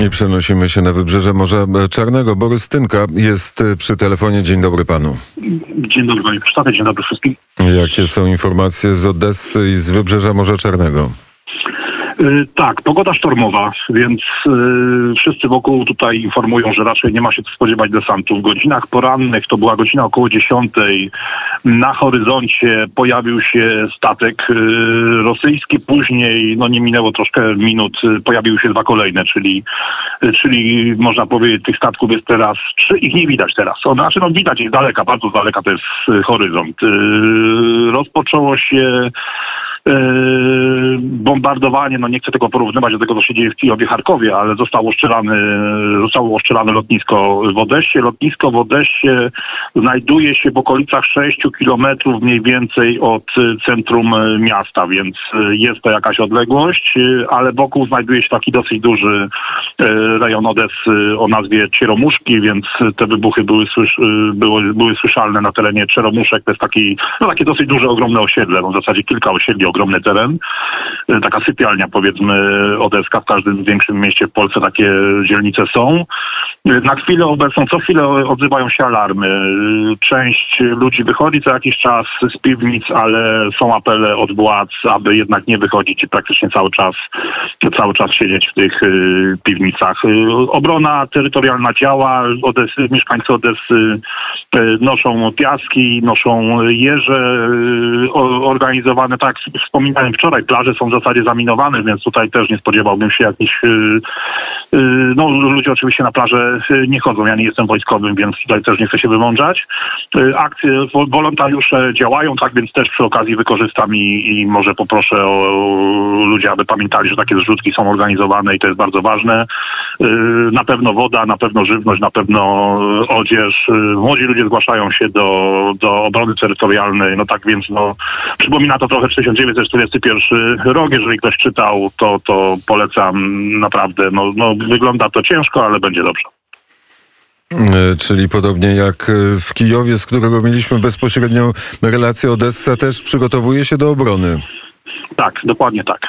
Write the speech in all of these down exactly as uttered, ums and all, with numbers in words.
I przenosimy się na wybrzeże Morza Czarnego. Borys Tynka jest przy telefonie. Dzień dobry panu. Dzień dobry panie Krzysztofie, dzień dobry wszystkim. Jakie są informacje z Odessy i z wybrzeża Morza Czarnego? Yy, tak, pogoda sztormowa, więc yy, wszyscy wokół tutaj informują, że raczej nie ma się spodziewać desantu. W godzinach porannych, to była godzina około dziesiątej, na horyzoncie pojawił się statek yy, rosyjski. Później, no nie minęło troszkę minut, yy, pojawiły się dwa kolejne, czyli, yy, czyli można powiedzieć, tych statków jest teraz trzy, ich nie widać teraz. One, znaczy, no widać ich z daleka, bardzo z daleka to jest yy, horyzont. Yy, rozpoczęło się Yy, bombardowanie, no nie chcę tego porównywać do tego, co się dzieje w Kijowie, Charkowie, ale zostało ostrzelane, zostało ostrzelane lotnisko w Odessie. Lotnisko w Odessie znajduje się w okolicach sześciu kilometrów mniej więcej od centrum miasta, więc jest to jakaś odległość, ale wokół znajduje się taki dosyć duży rejon Odessy o nazwie Cieromuszki, więc te wybuchy były, były, były słyszalne na terenie Cieromuszek. To jest taki, no takie dosyć duże, ogromne osiedle, no w zasadzie kilka osiedli, ogromny teren. Taka sypialnia, powiedzmy, odeska. W każdym większym mieście w Polsce takie dzielnice są. Na chwilę obecną, co chwilę odzywają się alarmy. Część ludzi wychodzi co jakiś czas z piwnic, ale są apele od władz, aby jednak nie wychodzić i praktycznie cały czas, cały czas siedzieć w tych piwnicach. Obrona terytorialna działa. Odesy, mieszkańcy Odessy noszą piaski, noszą jeże organizowane, tak wspominałem wczoraj, plaże są w zasadzie zaminowane, więc tutaj też nie spodziewałbym się jakichś... No ludzie oczywiście na plażę nie chodzą, ja nie jestem wojskowym, więc tutaj też nie chcę się wymądrzać. Akcje, wolontariusze działają, tak więc też przy okazji wykorzystam i, i może poproszę o ludzi, aby pamiętali, że takie zrzutki są organizowane i to jest bardzo ważne. Na pewno woda, na pewno żywność, na pewno odzież. Młodzi ludzie zgłaszają się do, do obrony terytorialnej, no tak więc no przypomina to trochę tysiąc dziewięćset czterdziesty pierwszy rok. Jeżeli ktoś czytał, to, to polecam naprawdę. No, no, wygląda to ciężko, ale będzie dobrze. Czyli podobnie jak w Kijowie, z którego mieliśmy bezpośrednią relację, Odessa też przygotowuje się do obrony. Tak, dokładnie tak.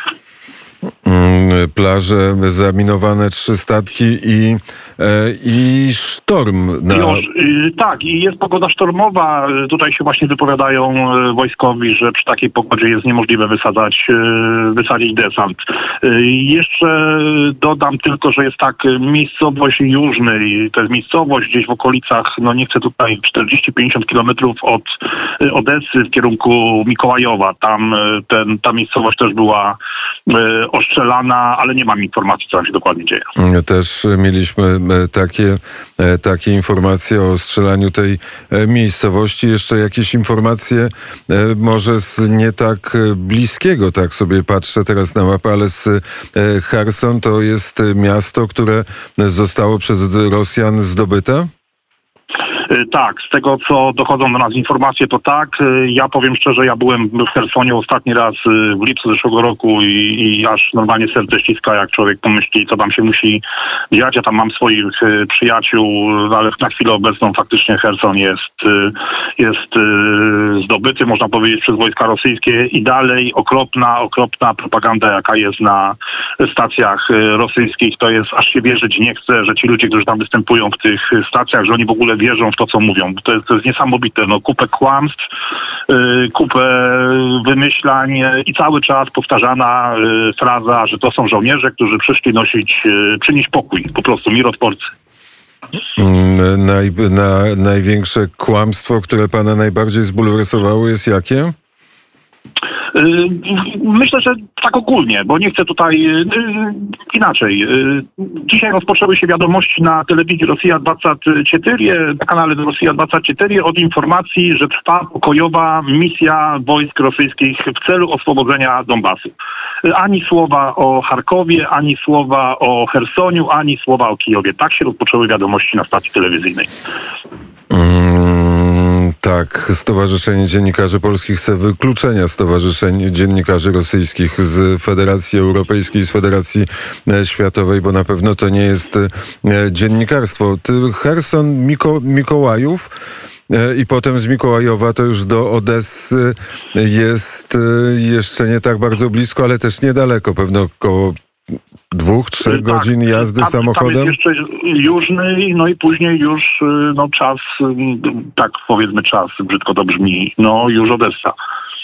Plaże zaminowane, trzy statki i, i sztorm. Na... Już, tak, i jest pogoda sztormowa. Tutaj się właśnie wypowiadają wojskowi, że przy takiej pogodzie jest niemożliwe wysadzać, wysadzić desant. Jeszcze dodam tylko, że jest tak miejscowość Jużnej, to jest miejscowość gdzieś w okolicach, no nie chcę tutaj czterdzieści pięćdziesiąt kilometrów od Odessy w kierunku Mikołajowa. Tam ten, ta miejscowość też była ostrzelana, ale nie mam informacji, co tam się dokładnie dzieje. Też mieliśmy takie, takie informacje o strzelaniu tej miejscowości. Jeszcze jakieś informacje może z nie tak bliskiego, tak sobie patrzę teraz na mapę, ale z Cherson to jest miasto, które zostało przez Rosjan zdobyte? Tak, z tego co dochodzą do nas informacje, to tak. Ja powiem szczerze, ja byłem w Chersonie ostatni raz w lipcu zeszłego roku i, i aż normalnie serce ściska, jak człowiek pomyśli, co tam się musi dziać. Ja tam mam swoich przyjaciół, ale na chwilę obecną faktycznie Cherson jest, jest zdobyty, można powiedzieć, przez wojska rosyjskie i dalej okropna, okropna propaganda, jaka jest na stacjach rosyjskich. To jest, aż się wierzyć nie chce, że ci ludzie, którzy tam występują w tych stacjach, że oni w ogóle wierzą w to, co mówią. To jest, to jest niesamowite. No, kupę kłamstw, yy, kupę wymyślań yy, i cały czas powtarzana yy, fraza, że to są żołnierze, którzy przyszli nosić, yy, przynieść pokój, po prostu mirotworcy. Naj, na, największe kłamstwo, które pana najbardziej zbulwersowało, jest jakie? Myślę, że tak ogólnie, bo nie chcę tutaj inaczej. Dzisiaj rozpoczęły się wiadomości na telewizji Rosja dwadzieścia cztery, na kanale Rosja dwadzieścia cztery od informacji, że trwa pokojowa misja wojsk rosyjskich w celu oswobodzenia Donbasu. Ani słowa o Charkowie, ani słowa o Chersoniu, ani słowa o Kijowie. Tak się rozpoczęły wiadomości na stacji telewizyjnej. Mm, tak, Stowarzyszenie Dziennikarzy Polskich chce wykluczenia Stowarzyszeń Dziennikarzy Rosyjskich z Federacji Europejskiej, z Federacji Światowej, bo na pewno to nie jest dziennikarstwo. Cherson, Miko, Mikołajów i potem z Mikołajowa to już do Odessy jest jeszcze nie tak bardzo blisko, ale też niedaleko, pewno około Dwóch, trzech Tak, godzin jazdy tam, samochodem? Tam jest jeszcze Jużny, no i później już no czas, tak powiedzmy czas, brzydko to brzmi, no już Odessa.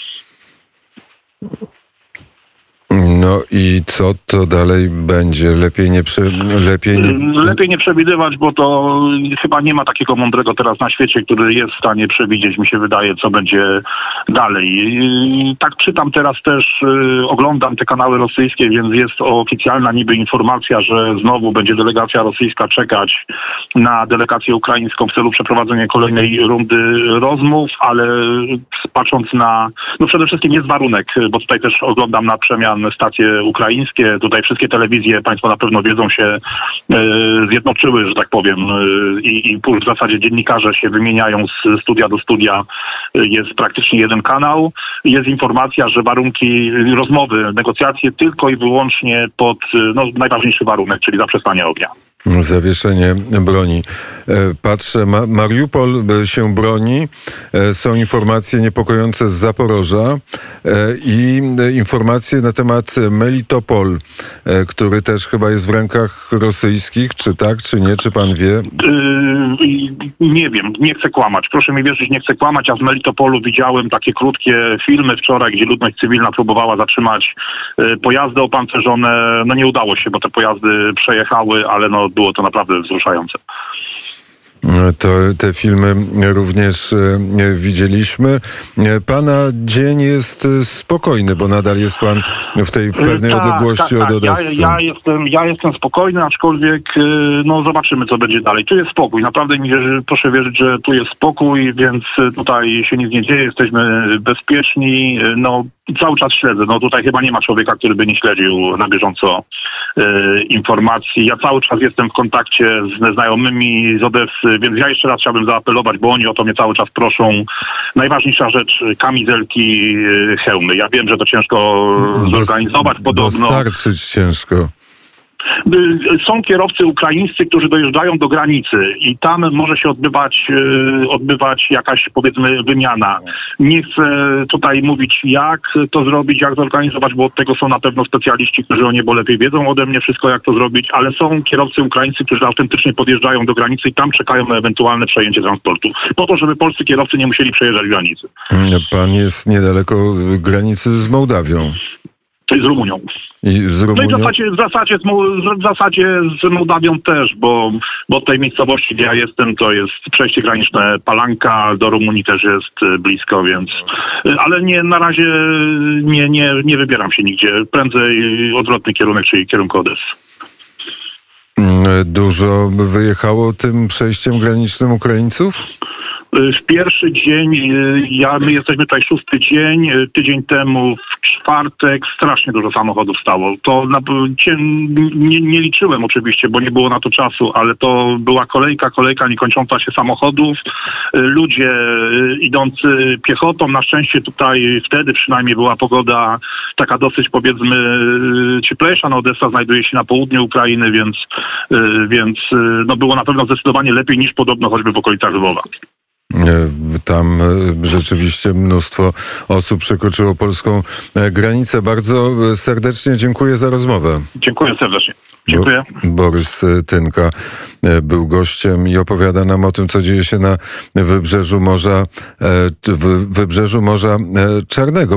No i co to dalej będzie? Lepiej nie... Prze... Lepiej nie... Lepiej nie przewidywać, bo to chyba nie ma takiego mądrego teraz na świecie, który jest w stanie przewidzieć, mi się wydaje, co będzie dalej. I tak czytam teraz też, y, oglądam te kanały rosyjskie, więc jest oficjalna niby informacja, że znowu będzie delegacja rosyjska czekać na delegację ukraińską w celu przeprowadzenia kolejnej rundy rozmów, ale patrząc na... No przede wszystkim jest warunek, bo tutaj też oglądam na przemian stacje ukraińskie. Tutaj wszystkie telewizje, państwo na pewno wiedzą, się e, zjednoczyły, że tak powiem, e, i, i w zasadzie dziennikarze się wymieniają z studia do studia. E, jest praktycznie jeden kanał. Jest informacja, że warunki rozmowy, negocjacje tylko i wyłącznie pod no, najważniejszy warunek, czyli zaprzestanie ognia. Zawieszenie broni. Patrzę, Ma- Mariupol się broni. Są informacje niepokojące z Zaporoża i informacje na temat Melitopol, który też chyba jest w rękach rosyjskich. Czy tak, czy nie? Czy pan wie? Yy, nie wiem, nie chcę kłamać. Proszę mi wierzyć, nie chcę kłamać. Ja z Melitopolu widziałem takie krótkie filmy wczoraj, gdzie ludność cywilna próbowała zatrzymać pojazdy opancerzone. No nie udało się, bo te pojazdy przejechały, ale no było to naprawdę wzruszające. To te filmy również e, widzieliśmy. Pana dzień jest spokojny, bo nadal jest pan w tej w pewnej tak, odległości tak, od tak. Odessy. Ja, ja, jestem, ja jestem spokojny, aczkolwiek no zobaczymy, co będzie dalej. Tu jest spokój. Naprawdę mi wierzy, proszę wierzyć, że tu jest spokój, więc tutaj się nic nie dzieje, jesteśmy bezpieczni. No cały czas śledzę. No tutaj chyba nie ma człowieka, który by nie śledził na bieżąco e, informacji. Ja cały czas jestem w kontakcie z znajomymi z Odessy, więc ja jeszcze raz chciałbym zaapelować, bo oni o to mnie cały czas proszą. Najważniejsza rzecz, kamizelki, e, hełmy. Ja wiem, że to ciężko zorganizować. Podobno Dostarczyć ciężko. są kierowcy ukraińscy, którzy dojeżdżają do granicy i tam może się odbywać, odbywać jakaś, powiedzmy, wymiana. Nie chcę tutaj mówić, jak to zrobić, jak zorganizować, bo od tego są na pewno specjaliści, którzy o niebo lepiej wiedzą ode mnie wszystko, jak to zrobić, ale są kierowcy ukraińscy, którzy autentycznie podjeżdżają do granicy i tam czekają na ewentualne przejęcie transportu. Po to, żeby polscy kierowcy nie musieli przejeżdżać granicy. Pan jest niedaleko granicy z Mołdawią. Czyli z Rumunią. I z Rumunią? No i w zasadzie, w zasadzie, z, Moł- w zasadzie z Mołdawią też, bo, bo od tej miejscowości, gdzie ja jestem, to jest przejście graniczne Palanka, do Rumunii też jest blisko, więc... Ale nie, na razie nie, nie, nie wybieram się nigdzie. Prędzej odwrotny kierunek, czyli kierunku Odessy. Dużo wyjechało tym przejściem granicznym Ukraińców? W pierwszy dzień, ja, my jesteśmy tutaj szósty dzień, tydzień temu w czwartek strasznie dużo samochodów stało. To na, cię, nie, nie liczyłem oczywiście, bo nie było na to czasu, ale to była kolejka, kolejka niekończąca się samochodów. Ludzie idący piechotą, na szczęście tutaj wtedy przynajmniej była pogoda taka dosyć, powiedzmy, cieplejsza. No Odessa znajduje się na południu Ukrainy, więc, więc no było na pewno zdecydowanie lepiej niż podobno choćby w okolicach Lwowa. Tam rzeczywiście mnóstwo osób przekroczyło polską granicę. Bardzo serdecznie dziękuję za rozmowę. Dziękuję serdecznie. Dziękuję. Bo Borys Tynka był gościem i opowiada nam o tym, co dzieje się na wybrzeżu Morza, wybrzeżu Morza Czarnego.